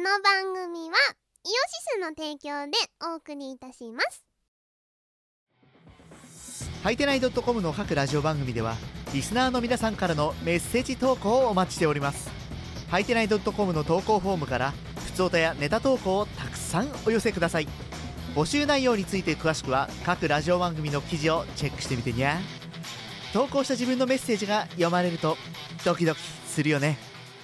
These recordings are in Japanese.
の番組はイオシスの提供でお送りいたします。 はいてない .com の各ラジオ番組ではリスナーの皆さんからのメッセージ投稿をお待ちしております。はいてない .com の投稿フォームからふつおたやネタ投稿をたくさんお寄せください。募集内容について詳しくは各ラジオ番組の記事をチェックしてみてにゃ。投稿した自分のメッセージが読まれるとドキドキするよね。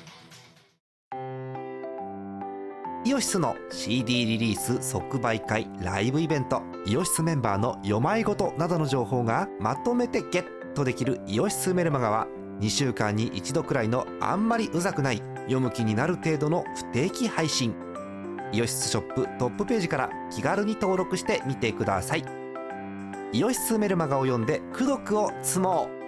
イオシスの CD リリース即売会ライブイベント、イオシスメンバーの読まいごとなどの情報がまとめてゲットできるイオシスメルマガは2週間に1度くらいのあんまりうざくない読む気になる程度の不定期配信。イオシスショップトップページから気軽に登録してみてください。イオシスメルマガを読んで功徳を積もう。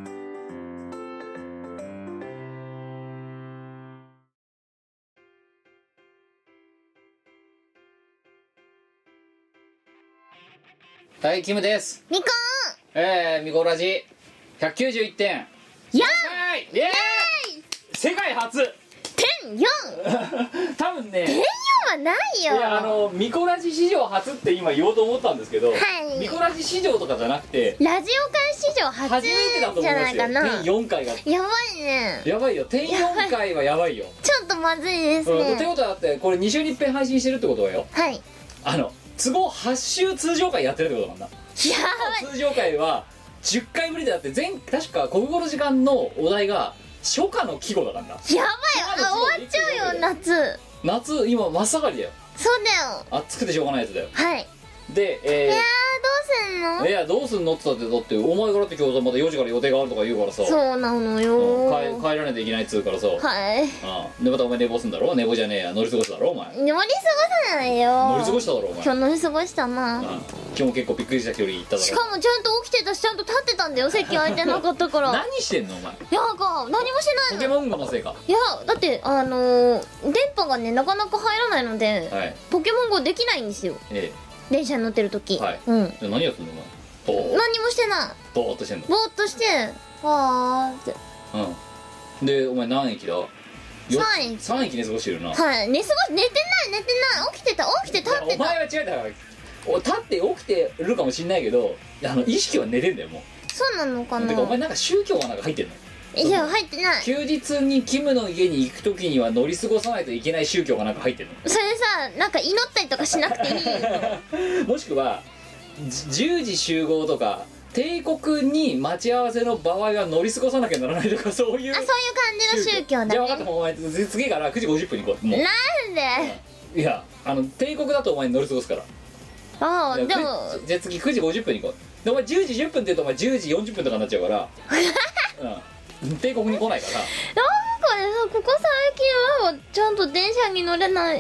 はい、キムです。 みこミコラジ191点。 やイエーイ世界初点4 多分ね、 点4はないよ。 いやミコラジ史上初って今言おうと思ったんですけど、 はい、 ミコラジ史上とかじゃなくてラジオ界史上初めてだと思いじゃますよ。 ないかな。 点4回がやばいね。 やばいよ。点4回はやばいよ。 ちょっとまずいですってね。 ことはだってこれ2週に一遍配信してるってことはよ、 はい。 都合8週通常回やってるってことなんだ。 やばい。 通常回は10回ぶりで、だって確か国語の時間のお題が初夏の季語だからな。 やばい。終わっちゃうよ。夏今真っ盛りだよ。 そうだよ。 暑くてしょうがないやつだよ。 はい。 でいやー、どうすんの？ いやどうすんのって言ったって、だってお前からって今日また4時から予定があるとか言うからさ。 そうなのよ帰らないといけないっつうからさ。 はい。 でまたお前寝坊すんだろ。寝坊じゃねえや、乗り過ごすだろお前。 乗り過ごさないよ。 乗り過ごしただろお前。 今日乗り過ごしたな。 今日も結構びっくりした距離行っただろ。 しかもちゃんと起きてたし、ちゃんと立ってたんだよ。席空いてなかったから何してんのお前。 いや、なんか何もしてないの。 ポケモン GO のせいか。 いや、だって電波がねなかなか入らないので、 はい、 ポケモン GO できないんですよ。電車に乗ってる時。 はい。 うん。 じゃあ何やってんのお前。 何もしてない。 ボーっとしてんの。 ぼーっとしてわーって。 でお前何駅だ。 3 駅寝過ごしてるな。 はい。寝てない起きて立ってた。 お前は違うだから、立って起きてるかもしんないけど、意識は寝てんだよもう。 そうなのかな。 てかお前なんか宗教がなんか入ってんの。 いや、入ってない。 休日にキムの家に行く時には乗り過ごさないといけない宗教がなんか入ってんの。 それさ、なんか祈ったりとかしなくていいもしくは10時集合とか帝国に待ち合わせの場合は乗り過ごさなきゃならないとか、そういうそういう感じの宗教だね。 じゃあ分かった、お前次から9時50分に行こう。もうなんで。 いや帝国だとお前乗り過ごすから。 ああ、でもじゃあ次9時50分に行こう。でお前10時10分って言うとお前10時40分とかになっちゃうから帝国に来ないから。 なんかね、ここ最近はちゃんと電車に乗れない。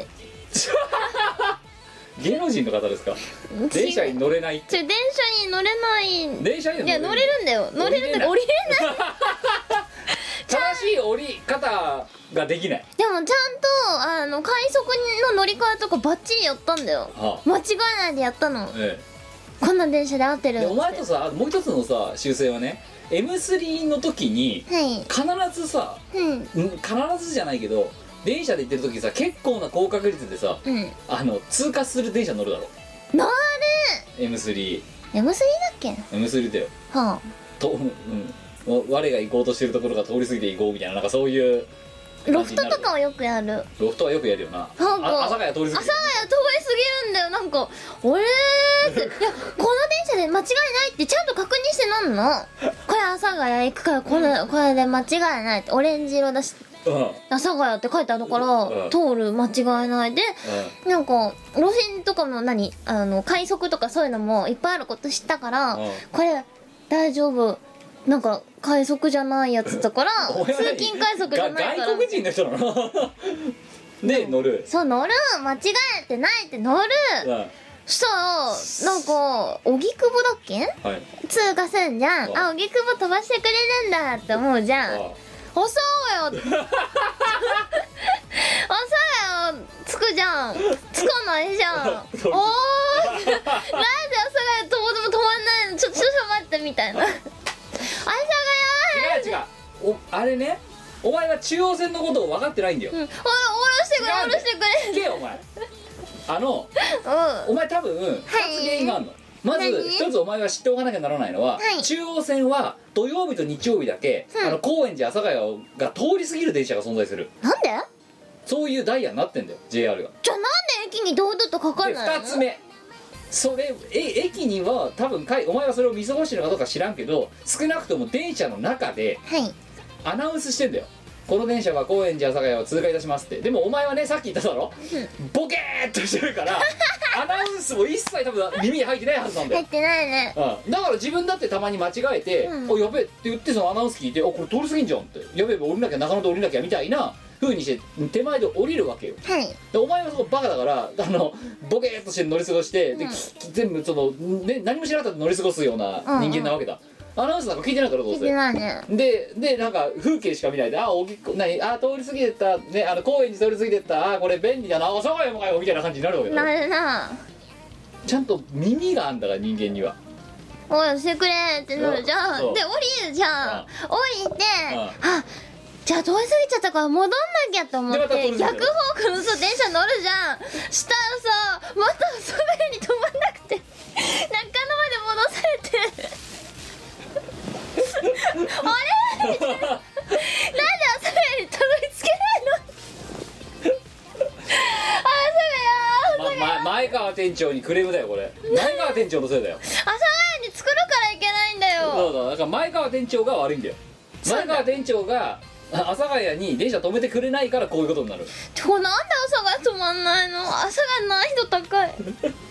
芸能人の方ですか。電車に乗れないって。 電車に乗れない。 電車に乗れない。いや乗れるんだよ。乗れるんだけど降りれない。 正しい降り方ができない。 でもちゃんと快速の乗り換えとかバッチリやったんだよ。間違えないでやったの。こんな電車で合ってる。 お前とさ、もう一つのさ修正はね、 M3 の時に必ずさ、必ずじゃないけど電車で行ってる時さ、結構な高確率でさ、通過する電車乗るだろ。 乗る。 M3 だっけ。 M3 だよ。我が行こうとしてるところが通り過ぎて行こうみたいな、なんかそういうロフトとかはよくやる。 ロフトはよくやるよな。阿佐ヶ谷通り過ぎる。 阿佐ヶ谷通り過ぎるんだよ。なんか俺っていや、この電車で間違いないってちゃんと確認してなんの。これ阿佐ヶ谷行くからこれで間違いないって、オレンジ色だし、阿佐ヶ谷って書いてあるから、通る間違いないで、なんか路線とかも快速とかそういうのもいっぱいあること知ったから、これ大丈夫、なんか快速じゃないやつだから通勤快速じゃないから。 外国人の人なの。で乗る。 そう、乗る。間違えてないって乗る。そしたらなんか荻窪だっけ、通過すんじゃん。あ、荻窪飛ばしてくれるんだって思うじゃん。そうよ。朝よ着くじゃん。着かないじゃん。おーなんで朝がとも止まんないの。ちょっと待ってみたいな。 違うあれね、お前は中央線のことを分かってないんだよ。 下ろしてくれ。 前お前多分2つ原因があるの。まず一つお前が知っておかなきゃならないのは、中央線は土曜日と日曜日だけ、高円寺阿佐ヶ谷が通り過ぎる電車が存在する。 なんで？ そういうダイヤになってんだよ JR が。 じゃあなんで駅に堂々とかかんないの？ で2つ目、それ駅には多分お前はそれを見過ごしてるのかどうか知らんけど、少なくとも電車の中でアナウンスしてんだよ。この電車は高円寺阿佐ヶ谷を通過いたしますって。でもお前はね、さっき言っただろ、ボケーっとしてるからアナウンスも一切多分耳に入ってないはずなんだよ。 入ってないね。 だから自分だってたまに間違えて「おやべえ」って言って、そのアナウンス聞いて「おこれ通り過ぎんじゃん」って「やべえ降りなきゃ、中野で降りなきゃ」みたいな風にして手前で降りるわけよ。でお前はそこバカだからボケーっとして乗り過ごして、で全部その、ね、何もしなかったら乗り過ごすような人間なわけだ。アナウンスなんか聞いてないからどうせ。聞いてないね。でなんか風景しか見ないで、通り過ぎてったね、高円寺通り過ぎてった、これ便利だな、阿佐ヶ谷もかよみたいな感じになるわけだ。 なるな。 ちゃんと耳があんだから人間には。 おいしてくれってなるじゃん。で降りるじゃん。降りて、じゃあ通り過ぎちゃったから戻んなきゃと思って逆方向の電車乗るじゃん。したらさ、またそれに止まんなくて中野まで戻されてあれなんで阿佐ヶ谷にたどり着けないの前川店長にクレームだよこれ。前川店長のせいだよ。 阿佐ヶ谷に作るからいけないんだよ。 そうだから前川店長が悪いんだよ。前川店長が阿佐ヶ谷に電車止めてくれないからこういうことになる。 なんで阿佐ヶ谷止まんないの？阿佐ヶ谷難易度高い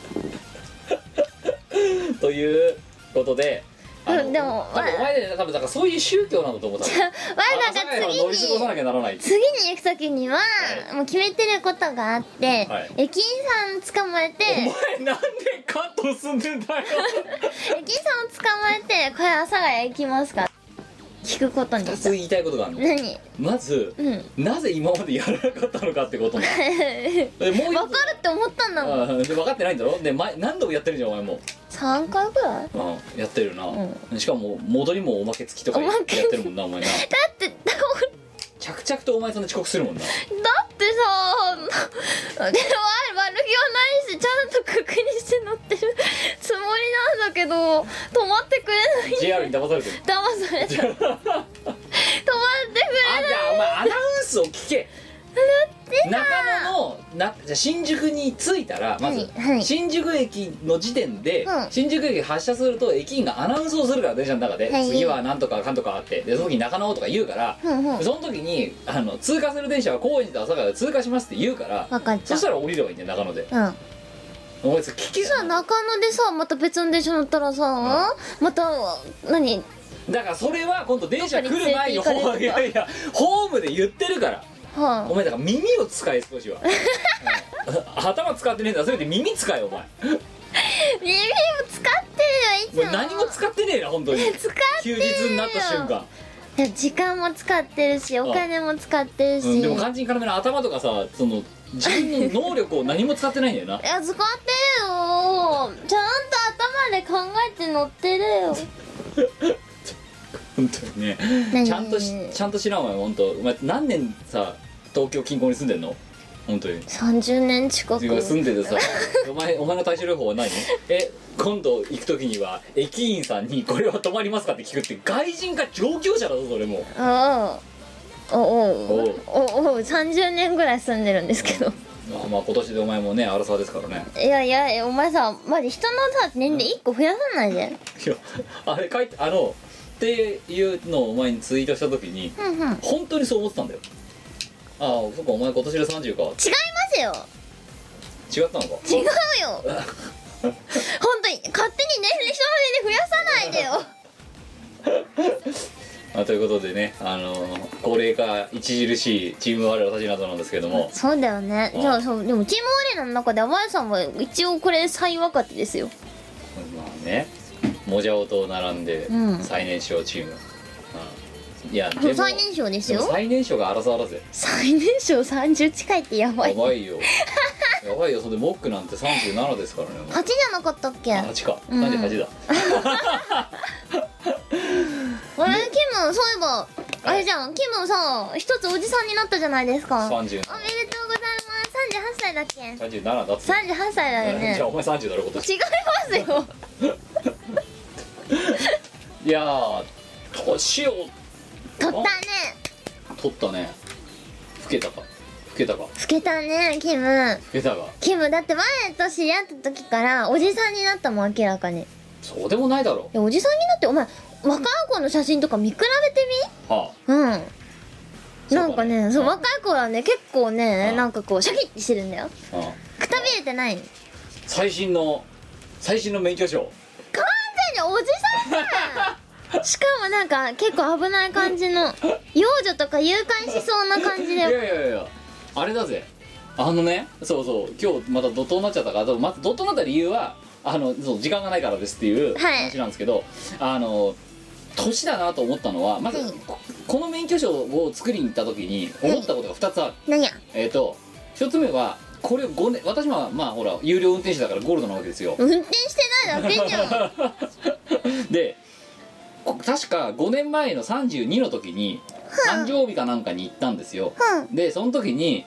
ということで、 でもお前ね、多分だからそういう宗教なんだと思ったの。 なんか次に行く時にはもう決めてることがあって、駅員さん捕まえて、 お前なんで関東住んでんだよ駅員さんを捕まえて、これ阿佐ヶ谷行きますか聞くことにした。 2つ言いたいことがあるの。 何？ まず、なぜ今までやらなかったのかってことなの。 分かるって思ったんだもん。 で分かってないんだろ。で何度もやってるじゃんお前も。 3回くらい？ やってるな、しかも戻りもおまけ付きとかやってるもんなお前な。だって着々とお前そんな遅刻するもんな。だってさ、でも悪気はないしちゃんと確認して乗ってるつもりなんだけど止まってくれない。 JR に騙されてる。 騙された止まってくれない。 じゃあお前アナウンスを聞け。中野のじゃ新宿に着いたらまず、新宿駅の時点で、新宿駅発車すると駅員がアナウンスをするから電車の中で、次はなんとかかんとかあって、でその時に中野とか言うから、その時に通過する電車は高円寺と阿佐ヶ谷で通過しますって言うから、そしたら降りればいいんだよ中野で。お前聞けよ。 さ中野でさまた別の電車乗ったらさ、また何だからそれは今度電車来る前にホームで言ってるから。お前だから耳を使え少しは頭使ってねえんだ。それで耳使えお前。 耳も使ってるよいつも。 何も使ってねえな本当に。 使ってるよ。 休日になった瞬間。 いや時間も使ってるしお金も使ってるし、 でも肝心要の頭とかさ、その自分の能力を何も使ってないんだよな。 いや使ってるよ。ちゃんと頭で考えて乗ってるよ本当にね。ちゃんと知らんわよ本当。お前何年さ東京近郊に住んでんの本当に。 30年近く住んでてさお前の対処療法はないの？今度行く時には駅員さんにこれは止まりますかって聞くって外人か上級者だぞそれも。 おう30年ぐらい住んでるんですけどまあ今年でお前もねアラサーですからね。 いやお前さマジ人のさ年齢1個増やさないで。いやあれ書いてっていうのをお前にツイートした時に、本当にそう思ってたんだよ。ああそっかお前今年で30か。違いますよ。 違ったのか。 違うよ本当に勝手に年齢人の年齢増やさないでよということでね高齢化著しいチーム我らたちなどなんですけども。 そうだよね。じゃあそうでもチーム我らの中で甘谷さんは一応これ最若手ですよ。 まあねモジャオと並んで最年少チーム、いやでも最年少ですよ。 最年少が争わらぜ。 最年少30近いってやばい。 やばいよやばいよ。それでモックなんて37ですからね。 8じゃなかったっけ。 8か、38だあれキムそういえばあれじゃん、キムさ一つおじさんになったじゃないですか。 30。 おめでとうございます。38歳歳だっけ。 37だっつって。 38歳だよね。 じゃあお前30だろ今年。 違いますよ。 いやー、年を取ったね。 取ったね。老けたか。老けたか。 老けたね、キム。 老けたか。 キムだって前と知り合った時からおじさんになったもん、明らかに。いそうでもないだろや、おじさんになってお前若い子の写真とか見比べてみ。 はうんなんかね、そう、 はあ若い子はね、結構ね、 はあなんかこうシャキッてしてるんだよ。 あ、はあ、 くたびれてない。 最新の免許証。 完全におじさんだよ。しかもなんか結構危ない感じの幼女とか誘拐しそうな感じいやいで。 やいやあれだぜ。そうそう今日また怒涛になっちゃったから、まず怒涛になった理由はそう時間がないからですっていう話なんですけど、年だなと思ったのはまず、この免許証を作りに行った時に思ったことが2つある。 何や。 1つ目はこれを5年、私はまあほら有料運転手だからゴールドなわけですよ。 運転してないだけじゃん。 で確か5年前の32の時に誕生日かなんかに行ったんですよ。でその時に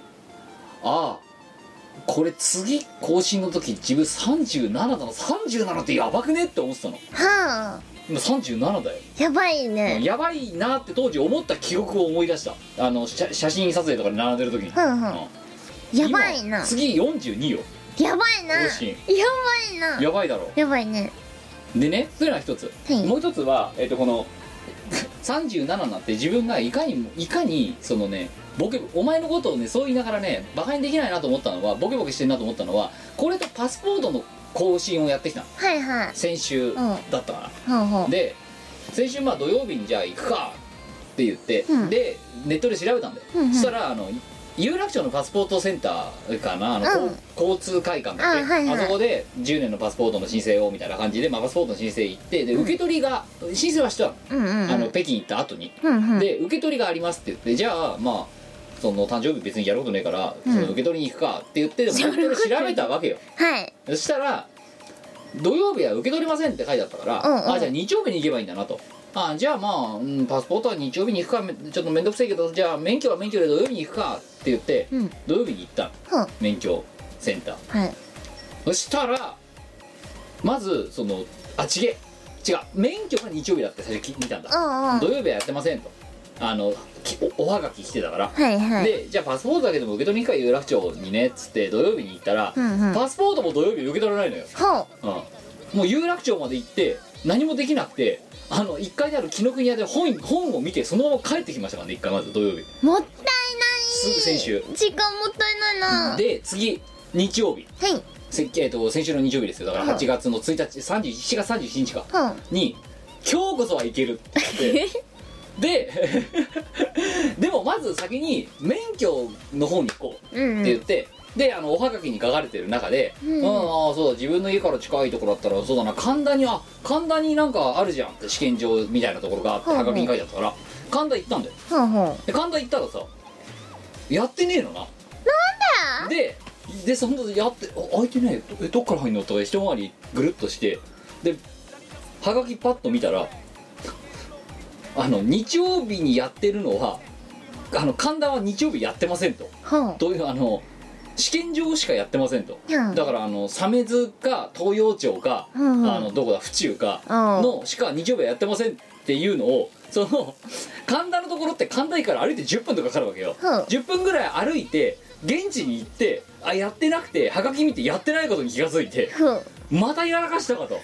これ次更新の時自分37だな、37ってやばくねって思ってたの。 はあ。 今37だよ。 やばいね。 やばいなって当時思った記憶を思い出した。写真撮影とかに並んでる時に、 やばいな。 次42よ。 やばいな。や更新ばいな。 やばいだろ。 やばいね。 でね、それが一つ、もう一つはこの37になって自分がいかにそのねお前のことをねそう言いながらねバカにできないなと思ったのは、ボケボケしてんなと思ったのは、これとパスポートの更新をやってきたの。 はいはい。 先週だったかな。 ほうほう。 で先週土曜日にじゃあ行くかって言って、でネットで調べたんだよ。そしたら有楽町のパスポートセンターかな、交通会館だっけ、あそこで10年のパスポートの申請をみたいな感じで、パスポートの申請行って、で受け取りが申請はしたの、北京行った後に、で受け取りがありますって言って、じゃあまあその誕生日別にやることねえから、その受け取りに行くかって言って、でもネットで調べたわけよ。そしたら土曜日は受け取りませんって書いてあったから、じゃあ日曜日に行けばいいんだなと。じゃあまあ、パスポートは日曜日に行くか、ちょっとめんどくせえけど、じゃあ免許は免許で土曜日に行くかって言って、土曜日に行ったの、免許センター、そしたらまず違う免許が日曜日だって最初見たんだ。土曜日はやってませんと、おはがき来てたから、でじゃあパスポートだけでも受け取りに行くか有楽町にねっつって土曜日に行ったら、パスポートも土曜日受け取らないのよ。もう有楽町まで行って何もできなくて、1階にある紀ノ国屋で本を見てそのまま帰ってきましたからね。1回まず土曜日もったいない。 すぐ先週時間もったいないな。 で次日曜日、先週の日曜日ですよ。だから8月の1日7月31日か、に今日こそはいけるってででもまず先に免許の方に行こうって言って、でおはがきに書かれてる中で、そうだ自分の家から近いところだったらそうだな、神田になんかあるじゃんって試験場みたいなところがあって、はがきに書いてあったから神田行ったんだよ。で神田行ったらさやってねえのな。なんでそのやって開いてねえ、どっから入んのとか一回りぐるっとして、ではがきパッと見たら日曜日にやってるのは神田は日曜日やってませんと、どういう試験場しかやってませんと、だから鮫洲か東洋町か、どこだ府中かのしか日曜日はやってませんっていうのを、その神田のところって神田駅から歩いて10分とかかかるわけよ。10分ぐらい歩いて現地に行って、やってなくてはがき見てやってないことに気がついて、またやらかしたかと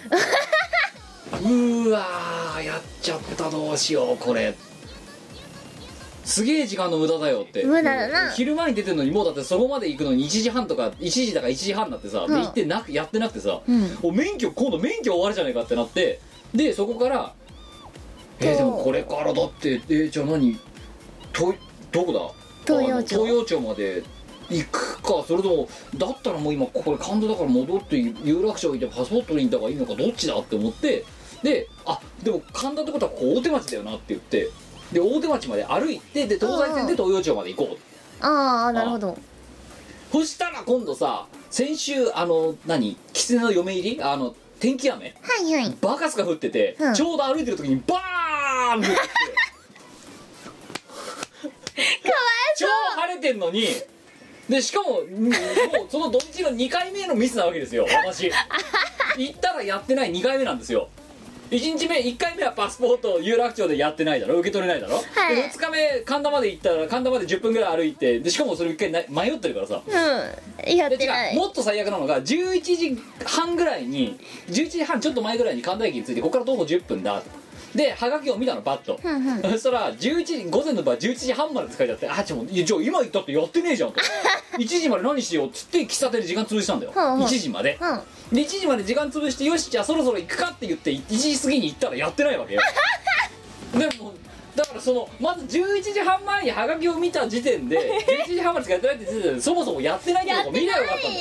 わーやっちゃった、どうしようこれすげえ時間の無駄だよって。 無駄だな。 昼前に出てるのにもうだってそこまで行くのに1時半とか1時だから1時半になってさ、で行ってやってなくてさ、今度免許終わるじゃないかってなって、でそこからでもこれからだってじゃあ何どこだ東洋町まで行くか、それともだったらもう今これ神田だから戻って有楽町行ってパスポートに行った方がいいのかどっちだって思って、ででも神田ってことはここ大手町だよなって言って、で大手町まで歩いて、で東西線で東洋町まで行こう。 なるほど。 そしたら今度さ、先週狐の嫁入り天気雨、バカスカ降ってて、ちょうど歩いてる時にバーン降って超晴れてんのにでしかもその土日の2回目のミスなわけですよ私。行ったらやってない2回目なんですよ。1日目1回目はパスポート有楽町でやってないだろ、受け取れないだろ、 はい、 で2日目神田まで行ったら神田まで10分ぐらい歩いて、でしかもそれ1回迷ってるからさ、 やってない。 もっと最悪なのが11時半ぐらいに11時半ちょっと前ぐらいに神田駅に着いて、ここから徒歩10分だでハガキを見たのパッと、そしたら11時午前の場合11時半まで使いちゃって、あちょ今行ったってやってねえじゃんと1時まで何しようっつって喫茶店で時間潰したんだよ、1時まで、で1時まで時間潰して、よしじゃあそろそろ行くかって言って1時過ぎに行ったらやってないわけよ。でもだからまず11時半前にハガキを見た時点で11時半までしかやってないって時点でそもそもやってないってことを見りゃよかったん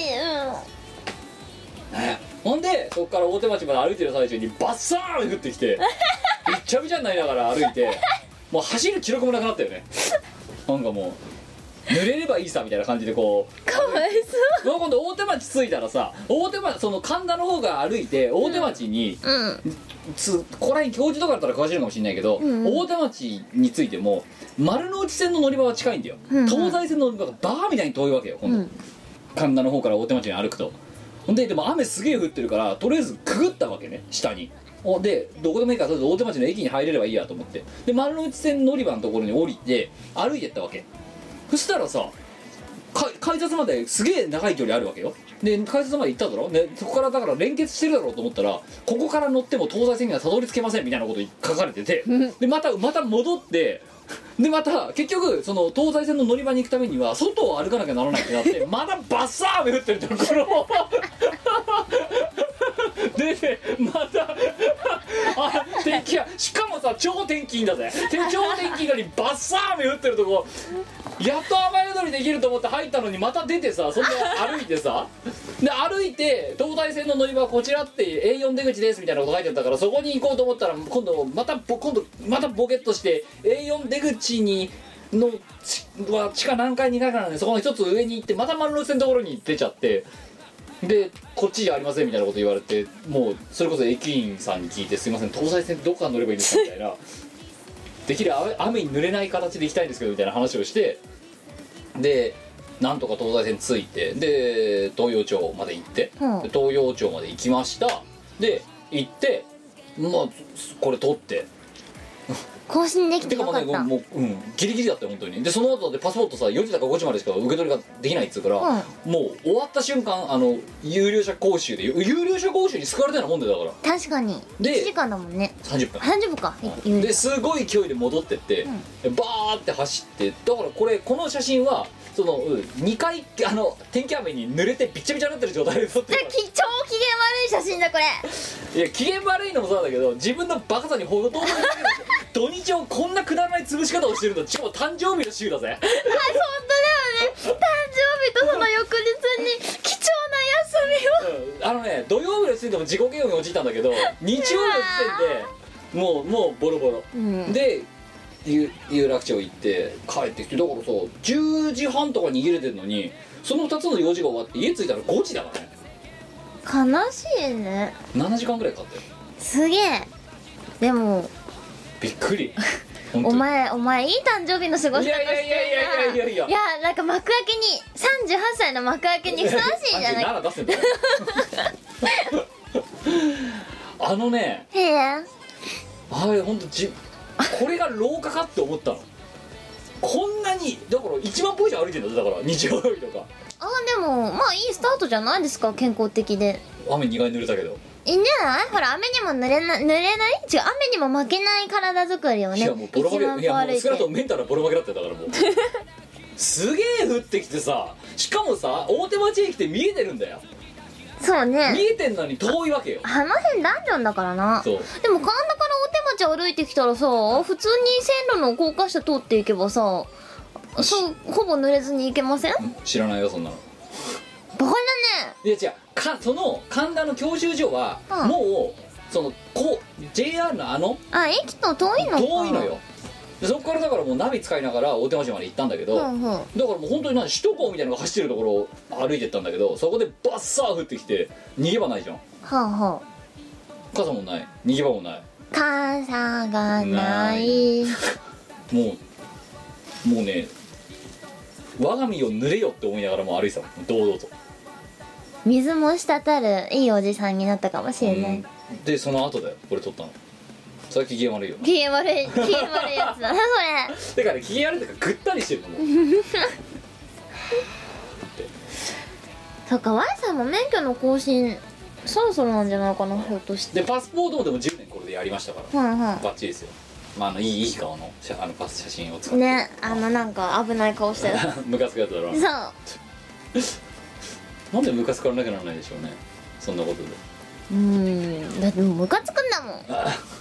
だよ、ほんでそこから大手町まで歩いてる最中にバッサーン降ってきてびっちゃびちゃになりながら歩いて、もう走る気力もなくなったよね。なんかもう濡れればいいさみたいな感じでこう、 かわいそう。 今度大手町着いたらさ、大手町その神田の方から歩いて大手町に、ここら辺教授とかだったら詳しいのかもしれないけど、大手町に着いても丸の内線の乗り場は近いんだよ、東西線の乗り場がバーみたいに遠いわけよ今度、神田の方から大手町に歩くと。ほんでも雨すげえ降ってるからとりあえずくぐったわけね下に。でどこでもいいからとりあえず大手町の駅に入れればいいやと思って、で丸の内線乗り場のところに降りて歩いてったわけ。そしたらさ改札まですげえ長い距離あるわけよ。で改札まで行っただろ、でそこからだから連結してるだろうと思ったら、ここから乗っても東西線にはたどり着けませんみたいなこと書かれてて、でまた戻ってでまた結局その東西線の乗り場に行くためには外を歩かなきゃならないってなってまだバッサー雨降ってるところでまた天気しかもさ超天気いいんだぜ、超天気いいのにバッサー雨降ってるとこやっと雨宿りできると思って入ったのにまた出てさ、そんで歩いてさで歩いて東西線の乗り場はこちらって A4 出口ですみたいなこと書いてあったから、そこに行こうと思ったら今度またボケっとして A4 出口には地下何階2階からね、そこの一つ上に行ってまた丸の内線のところに出ちゃって、でこっちじゃありませんみたいなこと言われて、もうそれこそ駅員さんに聞いて、すいません東西線どこから乗ればいいんですかみたいなできる雨に濡れない形で行きたいんですけどみたいな話をして、でなんとか東西線着いて、で東陽町まで行って、で東陽町まで行きました。で行ってまあこれ取って更新できてよかった。 てかもうギリギリだったよ本当に。でその後でパスポートさ4時だか5時までしか受け取りができないっつうから、もう終わった瞬間有料者講習に救われたようなもんで、だから確かにで 1時間だもんね。 30分 30分か、 ですごい勢いで戻ってって、バーって走って、だからこの写真はその2回天気雨に濡れてびっちゃびちゃになってる状態で撮ってる。 超機嫌悪い写真だこれ。 いや機嫌悪いのもそうだけど、自分のバカさにほど遠い土日をこんなくだらない潰し方をしてるんだ。しかも誕生日の週だぜ。 はい、本当だよね。誕生日とその翌日に貴重な休みを、 土曜日の時点でも自己嫌悪に陥ったんだけど、日曜日の時点でもうボロボロ、で有楽町行って帰ってきて、だからさ10時半とかに逃げれてるのに、その2つの用事が終わって家着いたら5時だからね。 悲しいね。 7時間ぐらいかかったよ。 すげえ。でもびっくりお前いい誕生日の過ごし方してるな。いやなんか幕開けに38歳の幕開けにふさわしいじゃない。 37出せんだよへえ、 あれほんとこれが廊下かって思ったの。こんなにだから1万歩以上歩いてんだよ。だから日曜日とか。 でもまあいいスタートじゃないですか。健康的で雨2回濡れたけどいいんじゃない。ほら雨にも濡れない違う、雨にも負けない体作りをね。 いやもうボロ負け、いやもう少なくともメンタルはボロ負けだったよ。だからもうすげえ降ってきてさ、しかもさ大手町駅って見えてるんだよ。 そうね、 見えてんのに遠いわけよ。 あの辺ダンジョンだからな。 そうでも神田から大手町歩いてきたらさ、普通に線路の高架下通っていけばさ、ほぼ濡れずに行けません？ 知らないよそんなの。 バカだね。 いや違うその神田の教習所は、もうそのJR の駅と遠いのか。 遠いのよ。でそこからだからもうナビ使いながら大手町まで行ったんだけど、だからもう本当に首都高みたいなのが走ってるところを歩いてったんだけど、そこでバッサー降ってきて逃げ場ないじゃん。傘もない、逃げ場もない、 傘がないもうね我が身を濡れよって思いながらも歩いてたもん、堂々と。 水も滴るいいおじさんになったかもしれない。 でその後だよこれ撮ったの。それ機嫌悪いよ。 機嫌悪いやつだなそてかね、機嫌悪いってかぐったりしてるのもうそっか、Y さんも免許の更新そろそろなんじゃないかな、ひょっとして。 でパスポートもでも10年これでやりましたから、バッチリですよ。まあいい顔のパス写真を使ってね、なんか危ない顔してるムカつくやつだろ。 そうなんでムカつかなきゃならないでしょうね、そんなことで。 だってムカつくんだもん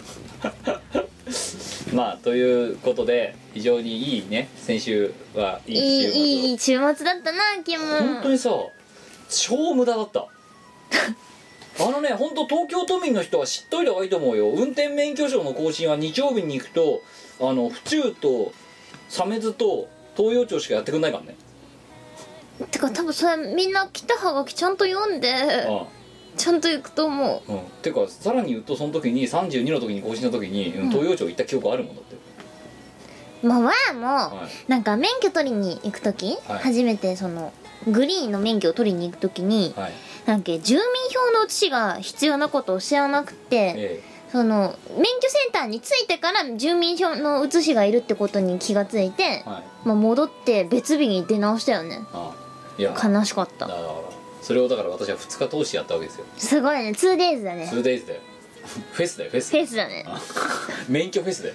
まあということで非常にいいね、先週はいい週末だったな、キム。 本当にさ超無駄だった本当東京都民の人は知っといた方がいいと思うよ。運転免許証の更新は日曜日に行くと府中と鮫洲と東洋町しかやってくんないからね。 てか多分それみんな来たはがきちゃんと読んでちゃんと行くと思う。 てかさらに言うとその時に32の時に更新の時に、東洋町行った記憶あるもんだって。 まあわやも、なんか免許取りに行く時、初めてそのグリーンの免許を取りに行く時に、なんか住民票の写しが必要なことを知らなくて、その免許センターに着いてから住民票の写しがいるってことに気がついて、まあ戻って別日に出直したよね。 いや悲しかった。 だからそれをだから私は2日通してやったわけですよ。 すごいね、2days だね。 2days だよフェスだよ、フェスだね免許フェスだよ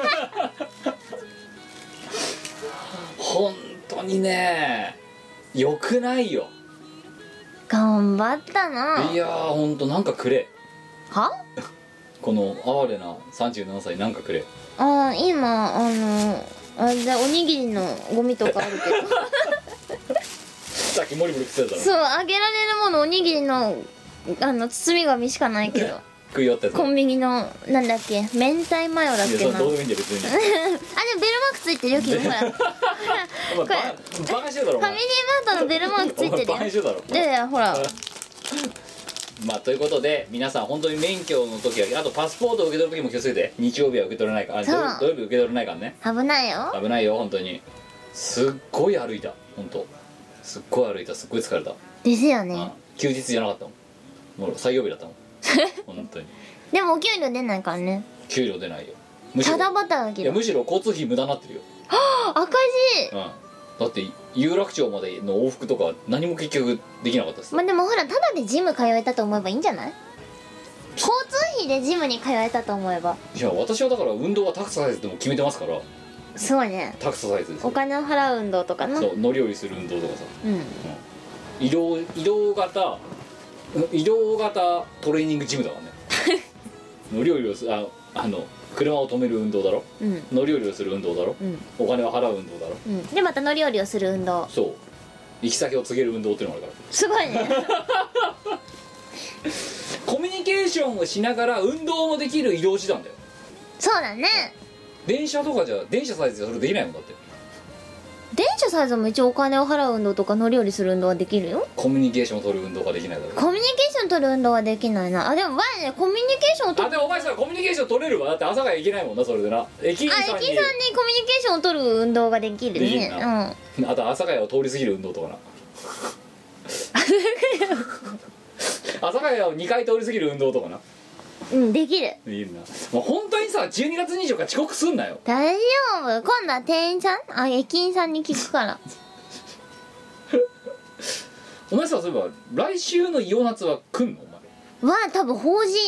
本当にねよくないよ。 頑張ったな。 いやーほんとなんかくれはこの哀れな37歳なんかくれ。 今あれでおにぎりのゴミとかあるけどさっきモリモリ食ってただろ。 そう、あげられるものおにぎりの包み紙しかないけど食いよったやつ。 コンビニのなんだっけ、明太マヨだっけな。 いやどうでもいいんだよ別にでもベルマークついてるよ、君ほらお前バカしてるだろ。 ファミリーマートのベルマークついてるよ。 バカしてるだろ。 でほらまあということで皆さん本当に免許の時はあとパスポートを受け取る時も気をつけて。日曜日は受け取れないから、土曜日受け取れないからね。 危ないよ、 危ないよ本当に。すっごい歩いた本当。すっごい歩いた、すっごい疲れた。 ですよね。 休日じゃなかったもん、もう採用日だったもん本当に。 でもお給料出ないからね。 給料出ないよ。 ただ働きだ。 いやむしろ交通費無駄になってるよ。 赤字。 だって有楽町までの往復とか何も結局できなかったです。 まあでもほら、ただでジム通えたと思えばいいんじゃない？交通費でジムに通えたと思えば。 いや私はだから運動はタクササイズでも決めてますから。 すごいね。 タクササイズです。 お金を払う運動とかな。 そう、乗り降りする運動とかさ、移動型トレーニングジムだからね乗り降りをする車を止める運動だろ、乗り降りをする運動だろ、お金を払う運動だろ、 でまた乗り降りをする運動。 そう、行き先を告げる運動っていうのがあるから。 すごいねコミュニケーションをしながら運動もできる移動手段だよ。 そうだね。 電車とかじゃ電車サイズでそれできないもんだって。 電車サイズも一応お金を払う運動とか乗り降りする運動はできるよ。 コミュニケーションを取る運動ができないだろ。 コミュニケーション取る運動はできないな。でも前ね、コミュニケーションを取る。 でもお前さコミュニケーション取れるわ。だって朝が行けないもんな、それでな。駅員さんにコミュニケーションを取る運動ができるね。 できるな。あと朝ヶ谷を通り過ぎる運動とかな朝ヶ谷を2回通り過ぎる運動とかな。 できる。 いいな。もう本当にさ12月24日遅刻すんなよ。 大丈夫。今度は店員さん駅員さんに聞くからお前さ、そういえば来週のイオナツは来んのお前は多分法事。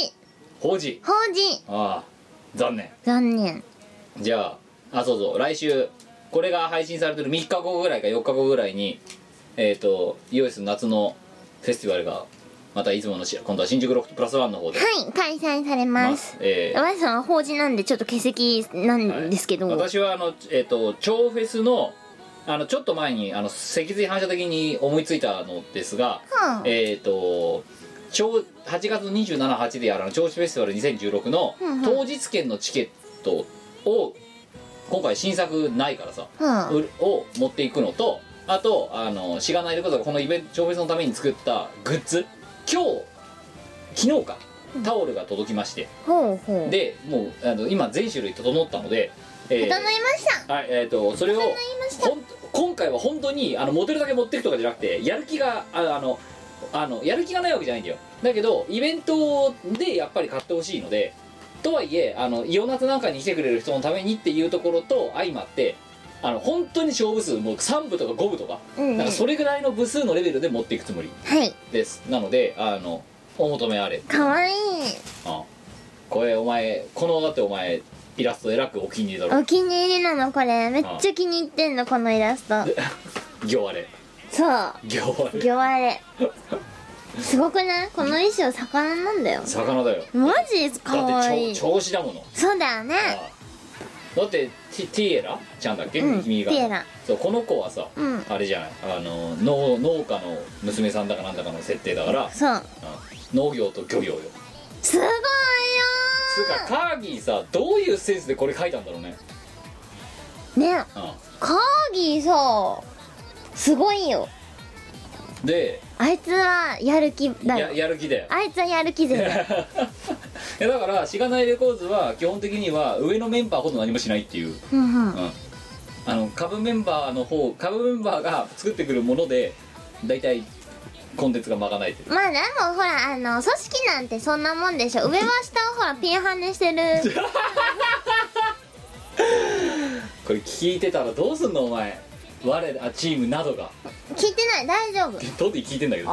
ああ残念。 じゃあそう来週これが配信されてる3日後ぐらいか4日後ぐらいにイオシス夏のフェスティバルがまたいつもの今度は新宿ロフトプラスワンの方で開催されます。ワイさんは法事なんでちょっと欠席なんですけど、 私は超フェスのちょっと前に脊髄反射的に思いついたのですが、8月27、8でやる超フェスティバル2016の当日券のチケットを今回新作ないからさ、を持っていくのと、あとしがないレコードがこのイベント超フェスのために作ったグッズ、昨日かタオルが届きまして、でもう今全種類整ったので、 整いました。 はい、それを今回は本当にモデルだけ持ってくとかじゃなくて、やる気がやる気がないわけじゃないんだよ。だけどイベントでやっぱり買ってほしいので、とはいえイオナツなんかに来てくれる人のためにっていうところと相まって、本当に勝負数もう3部とか5部とか、なんかそれぐらいの部数のレベルで持っていくつもりです、なのでお求めあれ。 かわいい。 これお前だってお前イラストえらくお気に入りだろ。 お気に入りなのこれ、めっちゃ気に入ってんのこのイラスト。 行あれ。 そう行あれ。 行あれすごくない？この衣装魚なんだよ。 魚だよ。 マジかわいい。 だって調子だもの。 そうだよね。 だってティエラちゃんだっけ、君が。 ティエラ。 そう、この子はさ、あれじゃない、農家の娘さんだかなんだかの設定だから、 そう、 農業と漁業よ。 すごいよつうかカーギーさ、どういうセンスでこれ書いたんだろうね。 ね、カーギーさすごいよ。 であいつはやる気だよ。 やる気だよ。 あいつはやる気勢だよ。 いやだからしがないレコーズは基本的には上のメンバーほど何もしないっていう、株メンバーが作ってくるもので大体コンテンツが賄えてる。 まあでもほら組織なんてそんなもんでしょ。上は下はほらピンハネしてる。 これ聞いてたらどうすんのお前。チームなどが聞いてない、大丈夫。 トディ聞いてんだけど。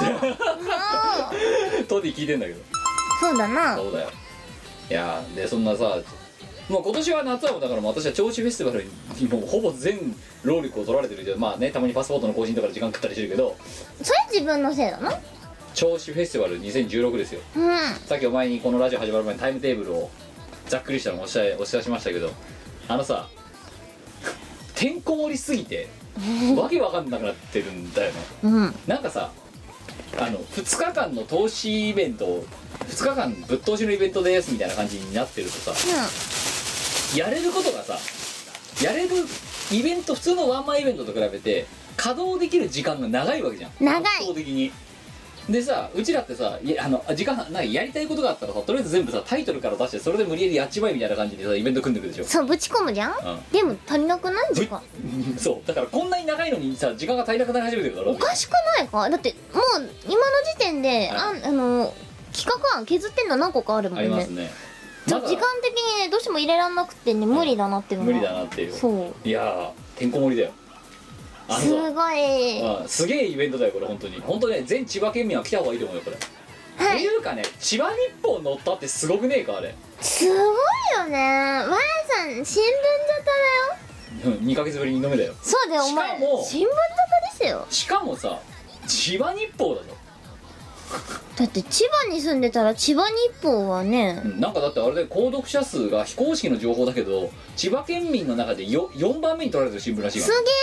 トディ聞いてんだけど。 そうだな。 そうだよ。いやでそんなさ、もう今年は夏はもうだから私は銚子フェスティバルにもうほぼ全労力を取られてるけど、まあねたまにパスポートの更新とかで時間食ったりしてるけど、 それ自分のせいだな。 銚子フェスティバル2016ですよ。さっきお前にこのラジオ始まる前にタイムテーブルをざっくりしたのをお知らせしましたけど、さてんこ盛りすぎてわけわかんなくなってるんだよね。なんかさ2日間の投資イベント、2日間ぶっ通しのイベントですみたいな感じになってるとさ、やれることがさ、やれるイベント、普通のワンマンイベントと比べて稼働できる時間が長いわけじゃん。 長い。 圧倒的に。でさ、うちらってさ、時間ないやりたいことがあったらさ、とりあえず全部さタイトルから出してそれで無理やりやっちまえみたいな感じでさイベント組んでくるでしょ。 そう、ぶち込むじゃん、でも足りなくない時間。 そうだからこんなに長いのにさ時間が足りなくなり始めてるだろ。 おかしくないか。だってもう今の時点で、企画案削ってんの何個かあるもんね。 ありますね。 時間的にねどうしても入れらんなくてね、無理だなっていうの無理だなっていう。 そう、 いやてんこ盛りだよ。 すごい、 すげえイベントだよこれ。本当ね、全千葉県民は来た方がいいと思うよこれ。っていうかね、千葉日報乗ったってすごくねえかあれ。 すごいよね。わやさん新聞沙汰だよ。 2ヶ月ぶりに2度目だよ。 そうだよ、お前しかも新聞沙汰ですよ。 しかもさ千葉日報だぞ。 だって千葉に住んでたら千葉日報はね、 なんかだってあれで購読者数が非公式の情報だけど千葉県民の中で4番目に取られてる新聞らしいから。 すげ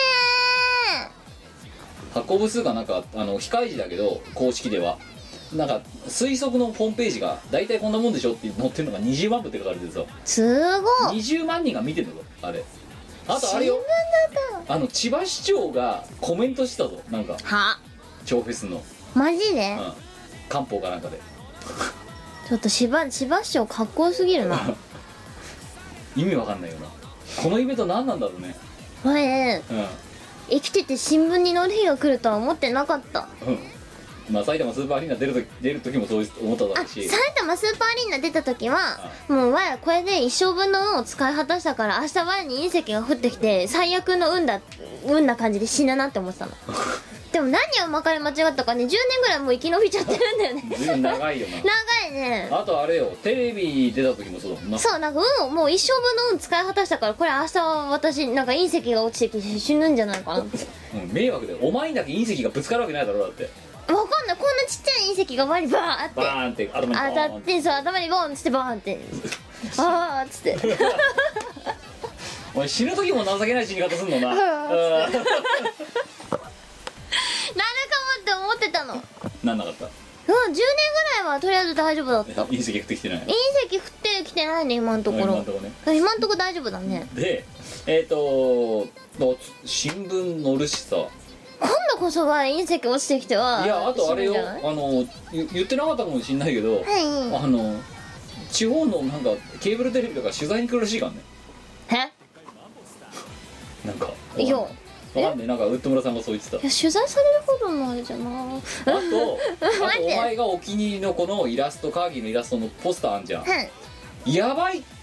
発行部数がなんか非開示だけど公式ではなんか推測のホームページが大体こんなもんでしょって載ってるのが20万部って書かれてるさ。 すごい。 20万人が見てるのあれ。あとあれよ、千葉市長がコメントしたぞ。なんか超フェスのマジで、 官報かなんかでちょっと千葉市長かっこよすぎるな。 意味わかんないよなこのイベント。何なんだろうね。 前、生きてて新聞に載る日が来るとは思ってなかった。 まあ埼玉スーパーアリーナ出る時もそう思っただろうし。 埼玉スーパーアリーナ出た時はもうわやこれで一生分の運を使い果たしたから明日わやに隕石が降ってきて最悪の運な感じで死ぬなって思ってたの。でも何をまかり間違ったかね、10年ぐらいもう生き延びちゃってるんだよね。 随分長いよな。 長いね。 あとあれよ、テレビ出た時もそうだもんな。 そう、なんかもう一生分の運使い果たしたからこれ明日は私なんか隕石が落ちてきて死ぬんじゃないかなって。 迷惑だよ。お前にだけ隕石がぶつかるわけないだろ。だってわかんない、こんなちっちゃい隕石が前にバーってバーンって頭に当たって、そう頭にボーンってバーンってあーっつってお前死ぬ時も情けない死に方すんのな。 なるかもって思ってたの。 なんなかった。 10年ぐらいはとりあえず大丈夫だった。 隕石降ってきてない。 隕石降ってきてないね今のところ。 今のところね。 今のところ大丈夫だね。 で新聞載るしさ、 今度こそは隕石落ちてきては。 いやあとあれよ、言ってなかったかもしんないけど、地方のなんかケーブルテレビとか取材に来るらしいからね。 え、 なんかいやわかんない、なんかウッド村さんがそう言ってた。 いや取材されるほどのあれじゃな。 あとお前がお気に入りのこのイラスト、カーギーのイラストのポスターあんじゃん、やばい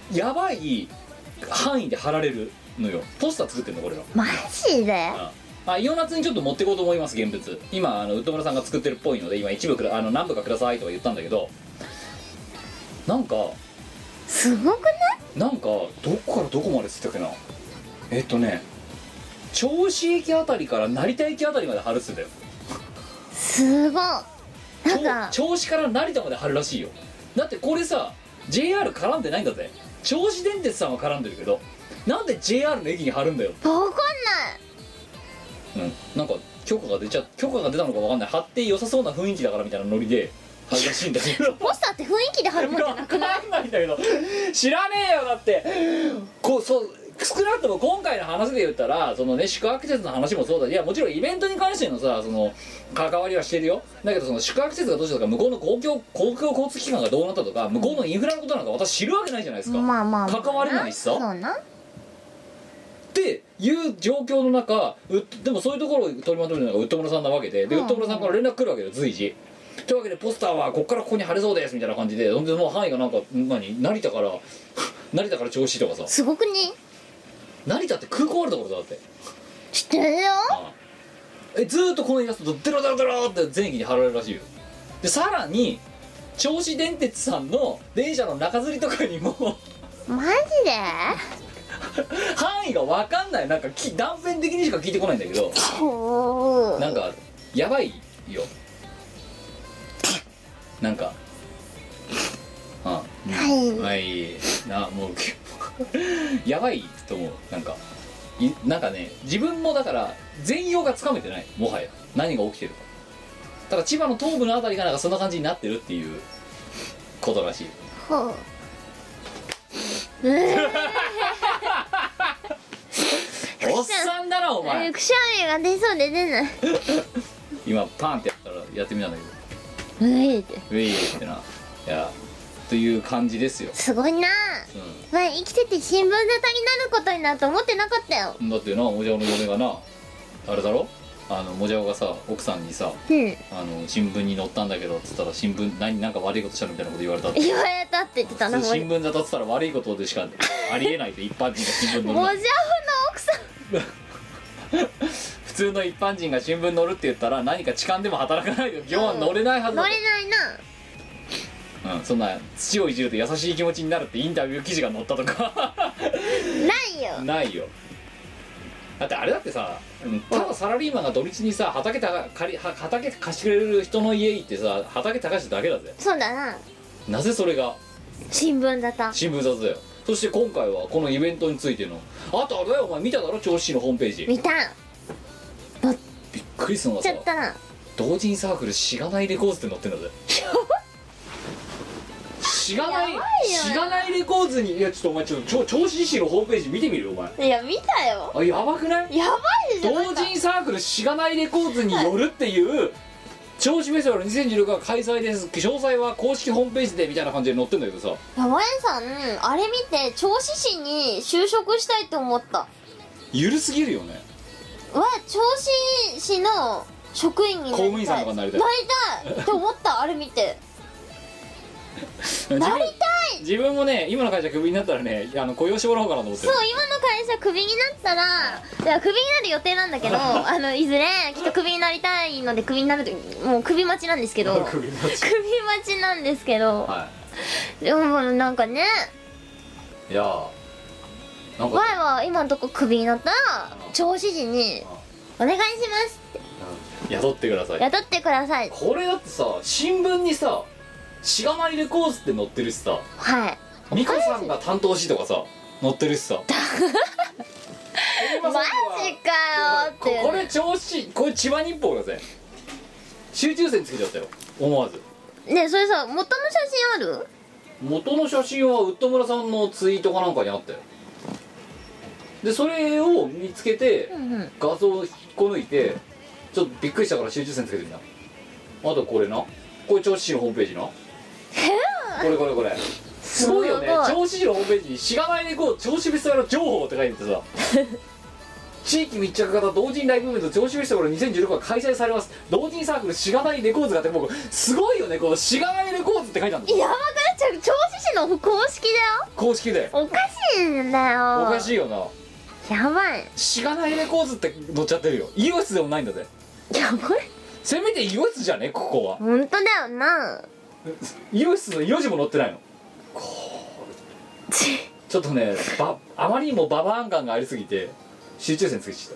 範囲で貼られるのよ。ポスター作ってんのこれは。 マジで？ イオナツにちょっと持っていこうと思います。現物今ウッド村さんが作ってるっぽいので、今一部何部かくださいとか言ったんだけど、なんかすごくない？ なんかどこからどこまでつったっけな、銚子駅あたりから成田駅あたりまで貼るっつってたよ。 すごい。なんか銚子から成田まで貼るらしいよ。だってこれさ JR 絡んでないんだぜ。銚子電鉄さんは絡んでるけど、なんで JR の駅に貼るんだよ。 わかんない。 なんか許可が出たのかわかんない。貼って良さそうな雰囲気だからみたいなノリで貼るらしいんだけどポスターって雰囲気で貼るもんじゃなくない？ わかんないんだけど、知らねえよ。だって少なくとも今回の話で言ったら、そのね、宿泊施設の話もそうだ。いやもちろんイベントに関してのさ、その関わりはしてるよ。だけどその宿泊施設がどうしたとか、向こうの公共交通機関がどうなったとか、向こうのインフラのことなんか私知るわけないじゃないですか。 まあ関われないしさ。 そうなっていう状況の中、でもそういうところを取りまとめるのがウッド村さんなわけで、ウッド村さんから連絡来るわけよ、随時。というわけでポスターはこっからここに貼れそうですみたいな感じで、ほんでもう範囲がなんか成田から銚子とかさ。 すごくね。 成田って空港あるところだって。 知ってるよ。 ずーっとこのイラストデロデロデロって全駅に貼られるらしいよ。でさらに銚子電鉄さんの電車の中吊りとかにもマジで？ 範囲が分かんない。なんか断片的にしか聞いてこないんだけど、なんかやばいよ。なんかはいな、もうやばいと思う。なんかね、自分もだから全容がつかめてない、もはや何が起きてるか。ただ千葉の東部のあたりがなんかそんな感じになってるっていうことらしい。おっさんだなお前。 くしゃみが出そうで出ない。 今パンってやったらやってみたんだけうえってど、ウェイってな、いやという感じですよ。 すごいな。まあ生きてて新聞沙汰になることになると思ってなかったよ。 だってな、もじゃおの嫁がな、あれだろ、もじゃおがさ、奥さんにさ、新聞に載ったんだけどっつったら、新聞なんか悪いことしたのみたいなこと言われたって。 言われたって言ってたな。 新聞沙汰っつったら悪いことでしかありえないって一般人が新聞載る。 もじゃおの奥さん普通の一般人が新聞載るって言ったら、何か痴漢でも働かないと基本は載れないはずだ。 乗れないな。 そんな土をいじると優しい気持ちになるってインタビュー記事が載ったとかないよ。 ないよ。だってあれだってさ、ただサラリーマンが土日にさ畑貸してくれる人の家行ってさ、畑耕しただけだぜ。 そうだな。 なぜそれが新聞沙汰。 新聞沙汰だよ。そして今回はこのイベントについての、あとあれだよ、お前見ただろ、銚子市のホームページ。 見た。 びっくりするのがさ、同人サークルしがないレコーズって載ってんだぜ。しがないレコーズに、いやちょっとお前銚子市のホームページ見てみるよお前。 いや見たよ。 あ、やばくない？ やばいでしょ。 同人サークルしがないレコーズによるっていう銚子フェスティバル2016が開催です、詳細は公式ホームページでみたいな感じで載ってんだけどさ。 やばいさん、あれ見て銚子市に就職したいと思った。 ゆるすぎるよね。 銚子市の職員になりたい、 公務員さんとかになりたいって思った。あれ見てなりたい。 自分もね、今の会社クビになったらね、雇用してもらおうかなと思ってる。 そう、今の会社クビになったら、いやクビになる予定なんだけどいずれきっとクビになりたいので、クビになるともうクビ待ちなんですけどクビ待ちなんですけど、でもなんかね、 いやなんか前は今のとこクビになったら銚子市にお願いしますって雇ってください。 雇ってください。 これだってさ、新聞にさしがないレコーズって載ってるしさ、 はい、 美子さんが担当しとかさ載ってるしさマジかよって、 これ銚子、これ千葉日報だぜ。集中線つけちゃったよ、思わず。 ねえ、それさ、元の写真ある？ 元の写真はウッド村さんのツイートかなんかにあったよ。でそれを見つけて、画像を引っこ抜いて、ちょっとびっくりしたから集中線つけてみな。あとこれな、これ銚子市のホームページな、これすごいよね。銚子市のホームページにしがないレコード銚子フェスティバル情報って書いててさ地域密着型同人ライブイベント銚子フェスティバル2016が開催されます。同人サークルしがないレコーズがあって、僕すごいよね、このしがないレコーズって書いてあるんだ。 やばくなっちゃう。銚子市の公式だよ。 公式でおかしいんだよ。 おかしいよな。 やばい。 しがないレコーズって載っちゃってるよ。イオシスでもないんだぜ。 やばい。 せめてイオシスじゃね、ここは。 ほんとだよな。 イオシスのイオ字も載ってないの。ちょっとね、あまりにもババアン感がありすぎて集中線つけちゃった。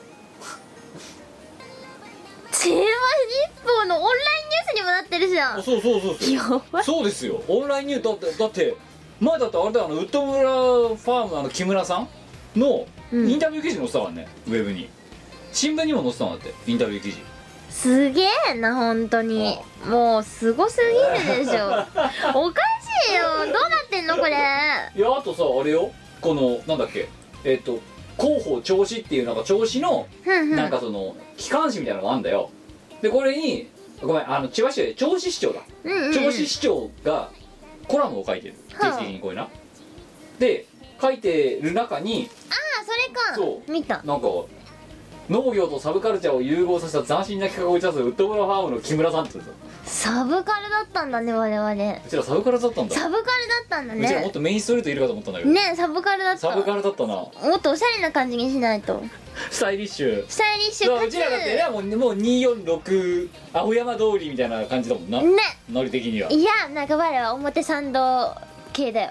チェーマ日報のオンラインニュースにもなってるじゃん。 そうやばい。 そうですよ、オンラインニュースだって前だってあれだよ、ウッド村ファームの木村さんのインタビュー記事載ってたからね、ウェブに新聞にも載ってたんだって、インタビュー記事。 すげえな、本当に。もうすごすぎるでしょ。おかしいよ。どうなってんのこれ。 いや、あとさ、あれよ、このなんだっけ、広報銚子っていうなんか銚子のなんかその機関誌みたいなのがあるんだよ。でこれにごめん、千葉市で銚子市長だ、銚子市長がコラムを書いてる、定期的にこういうなで書いてる中に、 ああ、それか。 そう見た。 なんか農業とサブカルチャーを融合させた斬新な企画を打ち出すウッド村ファームの木村さんって言うんですよ。 サブカルだったんだね、我々。 うちらサブカルだったんだ。 サブカルだったんだね。 うちらもっとメインストリートいるかと思ったんだけどね、サブカルだった。 サブカルだったな。 もっとおしゃれな感じにしないと。 スタイリッシュ、 スタイリッシュかつ。 うちらだってね、もう246青山通りみたいな感じだもんな、 ね。 ノリ的には。 いや、なんか我は表参道系だよ。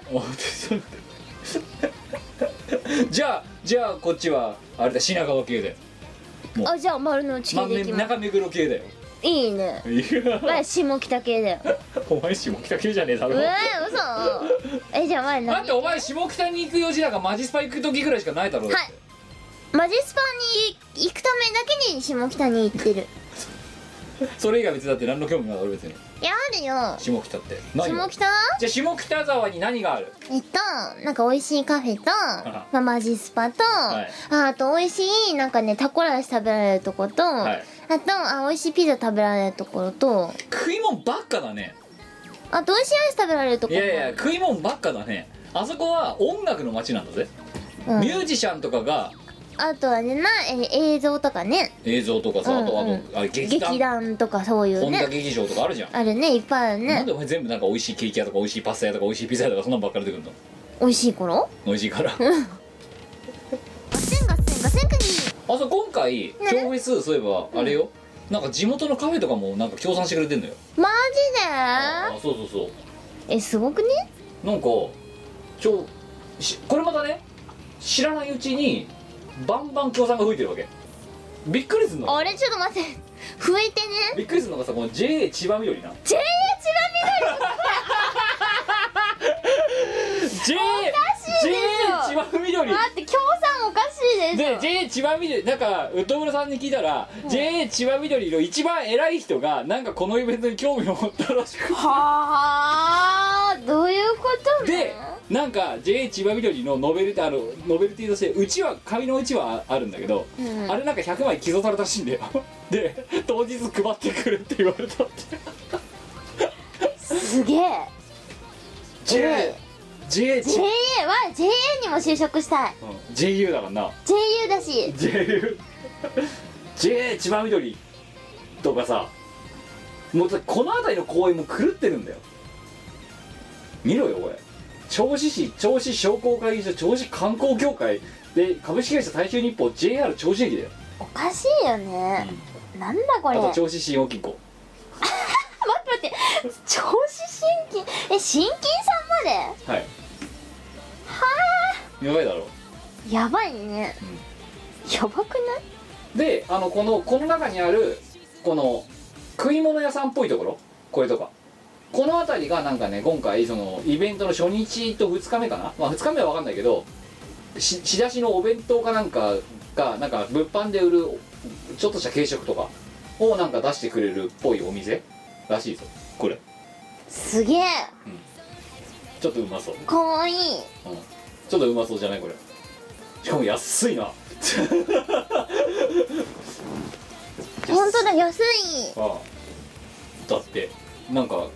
じゃあこっちはあれだ、品川系だよ。もうあ、じゃあ丸の内系でいきます。 中目黒系だよ。 いいね。 いや我下北系だよ。 お前下北系じゃねえだろ。 嘘。じゃあ我何。 だってお前下北に行く用事なんかマジスパ行く時ぐらいしかないだろう。 はい。マジスパに行くためだけに下北に行ってる。 それ以外別にだって何の興味もない、俺別に。 いや、あるよ。 下北って何が下北。 じゃあ下北沢に何がある？ なんか美味しいカフェと、まあ、マジスパと、あと美味しいなんかねタコライス食べられるとこと、あと美味しいピザ食べられるところと、 食い物ばっかだね。 あと美味しいアイス食べられるところ。 いや食い物ばっかだね。あそこは音楽の街なんだぜ、ミュージシャンとかが。 あとはね映像とかね、 映像とかさ、あと劇団とかそういうね、 本田劇場とかあるじゃん。 あるね、いっぱいあるね。 なんでお前全部なんか美味しいケーキ屋とか美味しいパスタ屋とか美味しいピザ屋とかそんなんばっかり出てくるの？ 美味しい頃？ 美味しいから。 ガセンクニあ、そう今回超フェス、そういえばあれよ、なんか地元のカフェとかもなんか協賛してくれてんのよ。 マジで？ そうすごくね。 なんかこれまたね、知らないうちにバンバン協賛が吹いてるわけ。びっくりするの。 あれちょっと待って、増えてね。 びっくりするのがさ、この JA 千葉緑な JA 千葉緑待って、協賛おかしいでしょ。 で JA 千葉緑、なんかウッド村さんに聞いたら、JA 千葉緑の一番偉い人がなんかこのイベントに興味を持ったらしくて、 はあ、どういうことね。 でなんか JA 千葉緑のノベルティとしてうちは紙のうちはあるんだけど、あれなんか100枚寄贈されたらしいんだよ。で当日配ってくれって言われたって。 すげえ。 JA は JA にも就職したい、 JU だからな。 JU だし JA 千葉緑とかさ、もうこの辺りの公園も狂ってるんだよ。見ろよこれ、銚子市銚子商工会議所銚子観光協会で株式会社大衆日報 JR 銚子駅だよ。 おかしいよね、なんだこれ。 あと銚子信用金庫。 待って銚子新金新金さんまで。 はい。はあ、やばいだろ。 やばいね、やばくない？ でこの中にあるこの食い物屋さんっぽいところ、これとかこの辺りがなんかね、今回そのイベントの初日と2日目かな、まあ2日目は分かんないけど、仕出しのお弁当かなんかがなんか物販で売るちょっとした軽食とかをなんか出してくれるっぽいお店らしいぞこれ。 すげえ、 ちょっとうまそう、 かわいい、 ちょっとうまそうじゃないこれ。しかも安いな。 本当だ、安い。 ああ、だってなんか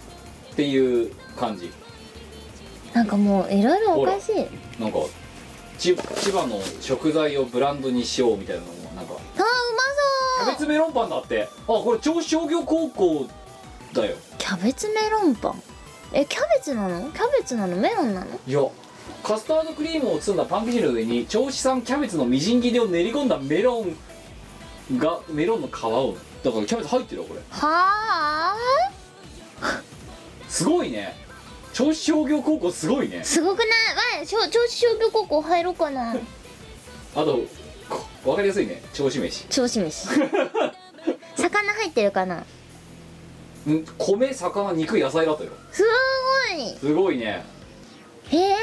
っていう感じ。 なんかもういろいろおかしい。 なんか千葉の食材をブランドにしようみたいなのもなんか、 あーうまそう。 キャベツメロンパンだって。これ銚子商業高校だよ。 キャベツメロンパン、キャベツなの？キャベツなの？メロンなの？ いや、カスタードクリームを包んだパン生地の上に銚子産キャベツのみじん切りを練り込んだメロンの皮を、だからキャベツ入ってるよこれ。 はあすごいね。銚子商業高校すごいね。 すごくない？銚子商業高校入ろうかな。 あとわかりやすいね、銚子飯。 銚子飯魚入ってるかな？ 米、魚、肉、野菜だったよ。 すごい。 すごいね。 へえ。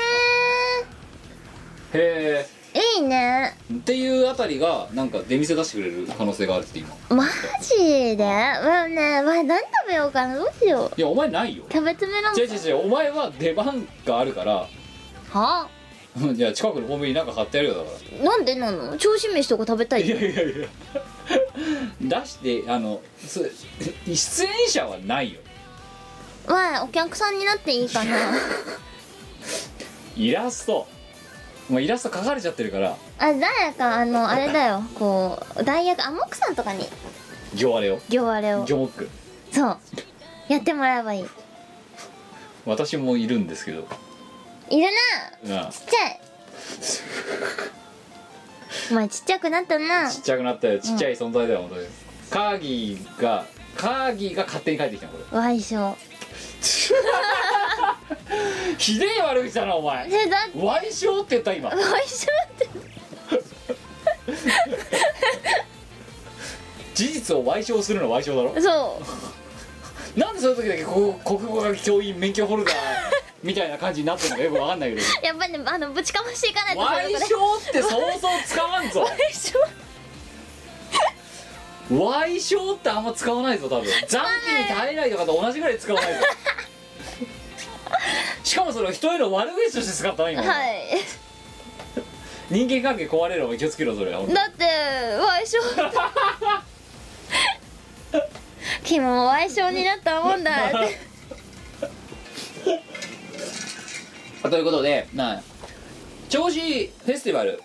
へいいね。 え。っていうあたりがなんか出店出してくれる可能性があるって今。 マジで？何食べようかな。どうしよう。 いやお前ないよ。 キャベツメロンパン。 違うお前は出番があるから。 はあ。 いや近くのコンビニなんか買ってやるよだから。 なんでなの？銚子飯とか食べたい。 いや出して出演者はないよ。 お客さんになっていいかな。 イラストイラスト描かれちゃってるから。 誰かあれだよ、こう代役アモックさんとかに行あれを行あれを行モックそうやってもらえばいい。 私もいるんですけど。 いるな。 うん、 ちっちゃいお前ちっちゃくなったな。 ちっちゃくなったよ。ちっちゃい存在だよ、本当に。カーギーが勝手に帰ってきたのこれ。 わいしょ。 ひでえ悪口だなお前。 だってわいしょうって言った今。 わいしょって事実を賠償するのは賠償だろ。 そうなんでそういう時だけ国語学教員免許ホルダーみたいな感じになってるのかよく分かんないけど。 やっぱりねぶちかましていかないと。 賠償って想像つかまんぞ。 わいしょ賠償ってあんま使わないぞ多分。残機に耐えないとかと同じぐらい使わないぞ。しかもそれを人への悪口として使ったな今。 はい人間関係壊れるのも気をつけろそれは。 だってわいしょ君もわいしょになったもんだってということで銚子フェスティバル、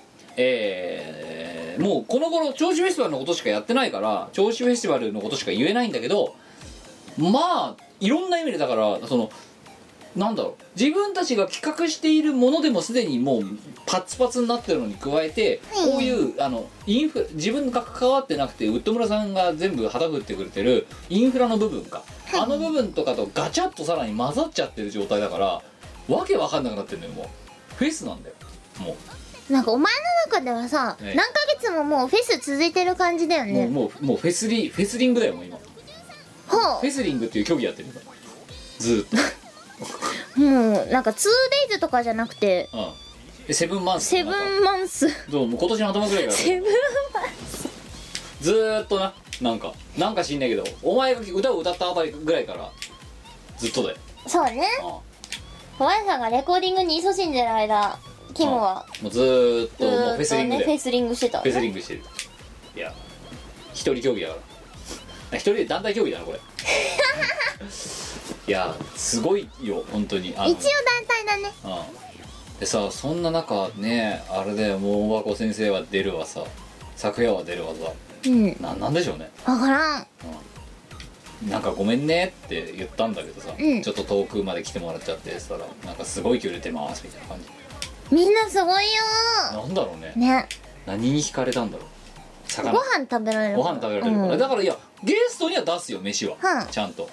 もうこの頃銚子フェスティバルのことしかやってないから銚子フェスティバルのことしか言えないんだけど、まあいろんな意味でだからなんだろう、自分たちが企画しているものでもすでにもうパツパツになってるのに加えて、こういう自分が関わってなくてウッド村さんが全部旗振ってくれてるインフラの部分か、あの部分とかとガチャッとさらに混ざっちゃってる状態だからわけわかんなくなってるのよ。もうフェスなんだよ。もうなんかお前の中ではさ、 ね何ヶ月ももうフェス続いてる感じだよね。 もうフェスリングだよもう今。 ほフェスリングっていう競技やってる今ずーっと。 もうなんか 2days とかじゃなくてセブンマンス。 セブンマンス。 どうもう今年の頭ぐらいからセブンマンずーっとなんか知んないけどお前が歌を歌ったあたりぐらいからずっとだよ。 ス。そうね。お前さんがレコーディングに勤しんでる間、キムはもうずーっともうフェスリングで、 フェスリングしてた、 フェスリングしてる。いや一人競技だから一人で団体競技だなこれ。いやすごいよ本当に。 一応団体だね。 でさ、そんな中ねあれだよ、もう大箱先生は出るわさ、昨夜は出るわさ、なんでしょうね。 分からん。 なんかごめんねって言ったんだけどさ、ちょっと遠くまで来てもらっちゃってしたらなんかすごい距離出ますみたいな感じ。 みんなすごいよなんだろうね。何に惹かれたんだろう。魚ご飯食べられるご飯食べられるから、だからいやゲストには出すよ飯は、ちゃんと。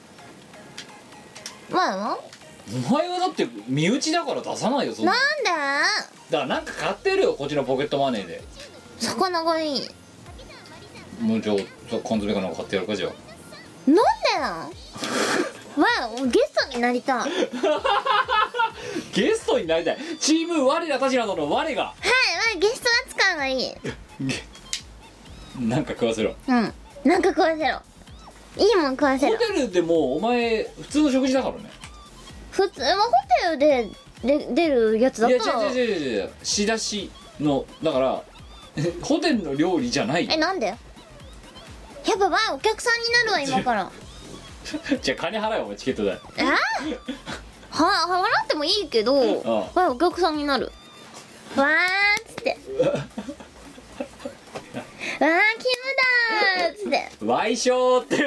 前はお前はだって身内だから出さないよそんな。 なんでだからなんか買ってるよこっちのポケットマネーで。 魚がいい。 もうじゃあ缶詰かなんか買ってやるかじゃあ。 なんでなんゲストになりたい。 ゲストになりたい。チーム我らたちなどの我がゲスト扱いがいい。 なんか食わせろ。 なんか食わせろ。いいもん食わせろ。 ホテルでもお前普通の食事だからね。 普通はホテルで出るやつだったら。 いや仕出しのだからホテルの料理じゃない。 なんでやっぱお客さんになるわ今から。 じゃあ金払えよお前チケット代。 払ってもいいけどお客さんになる。 わーっつってわーキムだーっつってわいしょーって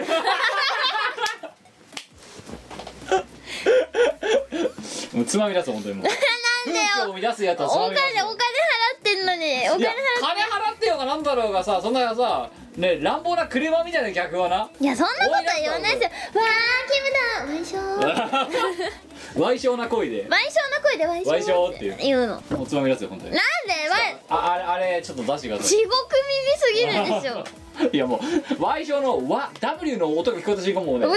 もうつまみ出す本当にもうなんだよ、 空気を乱すやつはつまみ出す。 お金払ってんのに、お金払いや金払ってようがなんだろうがさ、そんなさね乱暴な車みたいな客はな、 いやそんなことは言わないですよ。わーキムだわいしょーわいしょうな声でわいしょうな声でわいしょわいしょうって言うの。 もうつまみ出すよ本当に。 なんであれちょっと出してくださ地獄耳すぎるでしょいいやもうわいしょうのわ W の音が聞こえた瞬間もうね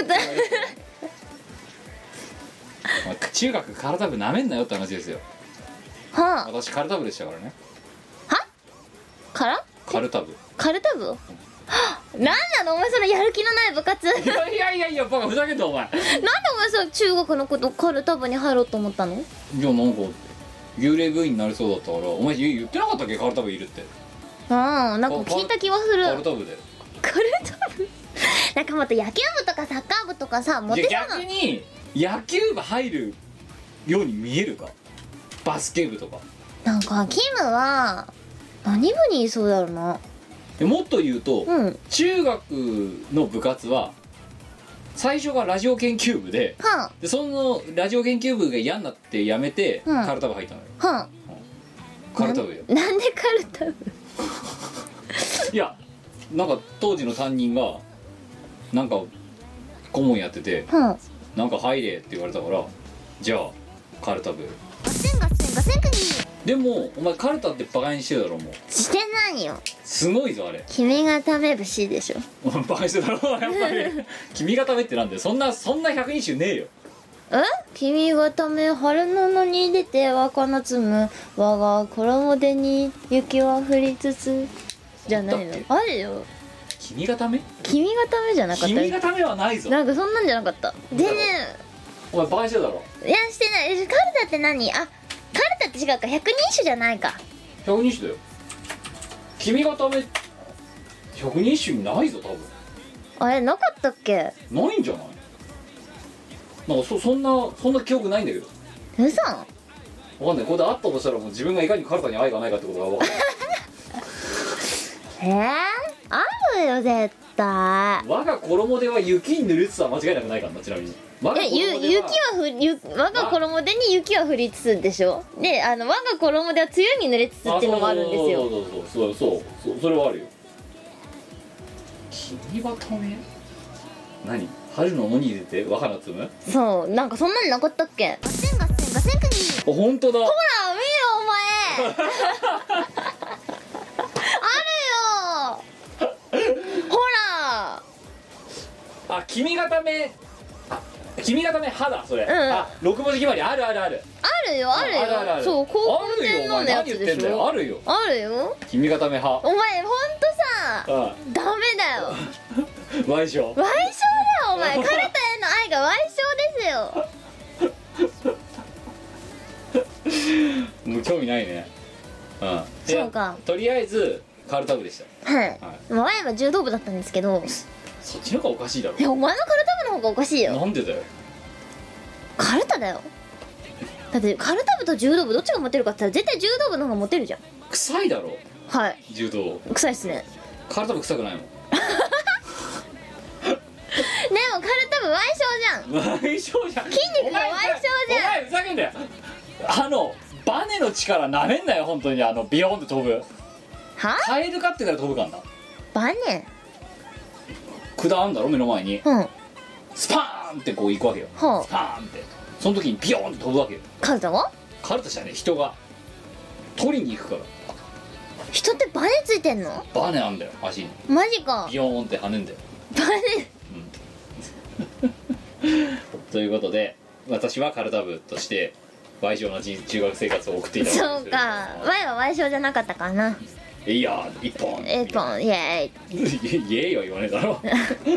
中学カルタ部なめんなよって話ですよ。 はあ私カルタ部でしたからね。 からカルタ部カルタ部はあ、なんなのお前そのやる気のない部活なんでいやバカふざけんなお前。 お前さ中学のことカルタ部に入ろうと思ったの？ いやなんか幽霊部員になりそうだったからお前言ってなかったっけカルタ部いるって。 ああなんか聞いた気はする。 カルタ部でカルタ部なんかもっと野球部とかサッカー部とかさモテそうな。 逆に野球部入るように見えるかバスケ部とか。 なんかキムは何部にいそうだろうな。 もっと言うと、中学の部活は最初がラジオ研究部で、でそのラジオ研究部が嫌になって辞めて、カルタ部入ったのよ。カルタ部よ。 なんでカルタ部いやなんか当時の担任がなんか顧問やってて、なんか入れって言われたからじゃあカルタ部。でもお前カルタってバカにしてるだろ。もうしてないよ。 すごいぞあれ。 君が食べ節でしょ。 バカにしてるだろやっぱり君が食べってなんだよ。そんな百人種ねえよ。 君がため春の野に出て若菜摘む我が衣手に雪は降りつつじゃないのあるよ。 君がため君がためじゃなかった。 君がためはないぞ。 なんかそんなんじゃなかった。全然お前バカにしてるだろ。 いやしてない。カルタって何？カルタって違うか。百人種じゃないか。 百人種だよ。君がため百人種にないぞ多分。 あれなかったっけ？ ないんじゃない？なんかそんな記憶ないんだけど。 嘘？ わかんない。これであったとしたらもう自分がいかにカルタに愛がないかってことが分かるあるよ絶対。 我が衣では雪に濡れつつは間違いなくないからな。ちなみに我が衣でに雪は降りつつでしょ。で我が衣では梅雨に濡れつつっていうのもあるんですよ。 そうそれはあるよ。君がため何？春の野に出て若菜摘む？ そうなんかそんなになかったっけ？ あ本当だ。 ほら見ろお前あるよほら。 あ君がため歯だそれ。六文字決まりあるあるよ。そう高校生のやつでしょ。 あるよ。君がため歯。 お前ほんとさダメだよわいしょだよお前。カルタへの愛がわいしょですよもう興味ないね。 そうか。 とりあえずカルタ部でした。 前は柔道部だったんですけど。 そっちの方がおかしいだろ。 いやお前のカルタ部の方がおかしいよ。 なんでだよ。 カルタだよ。だってカルタ部と柔道部どっちがモテるかって言ったら絶対柔道部の方がモテるじゃん。 臭いだろ。 はい柔道臭いっすね。 カルタ部臭くないもん。 でもカルタ部わいしょうじゃん。 わいしょうじゃん。 筋肉がわいしょうじゃん。 お前ふざけんだよ。バネの力なめんなよ本当に。ビヨーンって飛ぶ。 は？ カエル飼ってから飛ぶからな。 バネ？ 管あんだろ目の前に。スパーンってこう行くわけよ。スパーンってその時にビヨーンって飛ぶわけよ。 カルタが？ カルタじゃねえ人が取りに行くから。 人ってバネついてんの？ バネあんだよ足に。 マジか。 ビヨーンって跳ねんだよ。 バネということで私はカルタ部として賠償な中学生活を送っていたそうか。前は賠償じゃなかったかな。 いや一本イエーイイエーイは言わねえだろ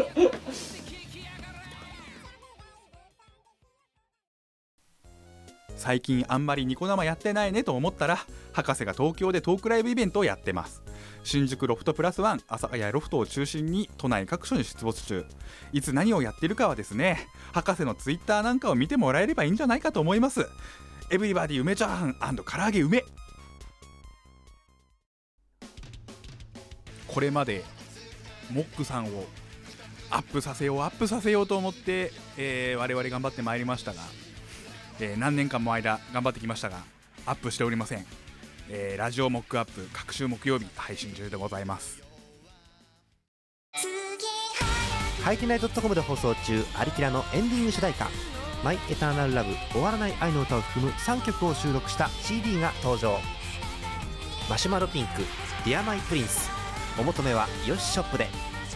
最近あんまりニコ生やってないねと思ったら、博士が東京でトークライブイベントをやってます。新宿ロフトプラスワン、阿佐ヶ谷ロフトを中心に都内各所に出没中。いつ何をやってるかはですね、博士のツイッターなんかを見てもらえればいいんじゃないかと思います。エブリバディ梅チャーハン&唐揚げ梅。 これまでモックさんをアップさせようと思って、我々頑張ってまいりましたが、何年間も間頑張ってきましたがアップしておりません。ラジオモックアップ各週木曜日配信中でございます。 ハイテナイ .com で放送中アリキラのエンディング主題歌マイエターナルラブ終わらない愛の歌を含む3曲を収録した CD が登場。マシュマロピンクディアマイプリンス、お求めはヨシショップで。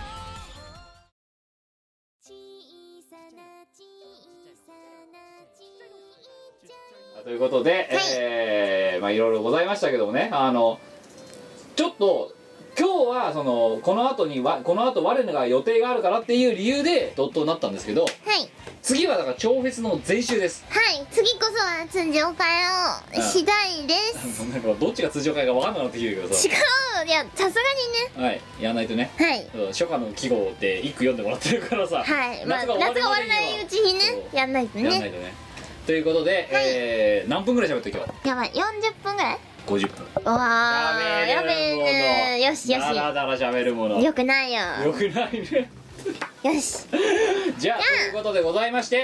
ということで、いろいろございましたけどもね、ちょっと今日はこの後我が予定があるからっていう理由でドットになったんですけど、 はい、 次はだから超フェスの前週です。 はい、次こそは通常会をしたいです。 なんかどっちが通常会か分かんなくなってきてるけどさ。 違う、いやさすがにね、 はい、やんないとね。 はい、 初夏の季語で一句読んでもらってるからさ、 はい、夏が終わらないうちにねやんないとね。 ということで、何分ぐらい喋って今日。 やばい、40分ぐらい、 50分。 わー、やべえね。よしよし、 だらだら喋るものよくないよ。 よくないね。 よしじゃあということでございまして、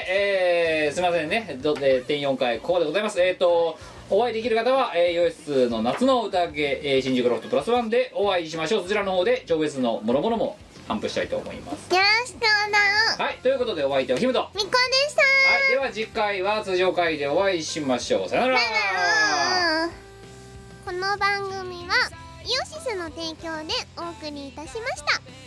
すいませんね、点4回ここでございます。お会いできる方は、ヨイスの夏の歌揚げ、新宿ロフトプラスワンでお会いしましょう。そちらの方で超別のもろもろも頒布したいと思います。 よろしくおはい、ということでお相手はひむとみこでした。 はい、では次回は通常回でお会いしましょう。さよなら。 この番組はイオシスの提供でお送りいたしました。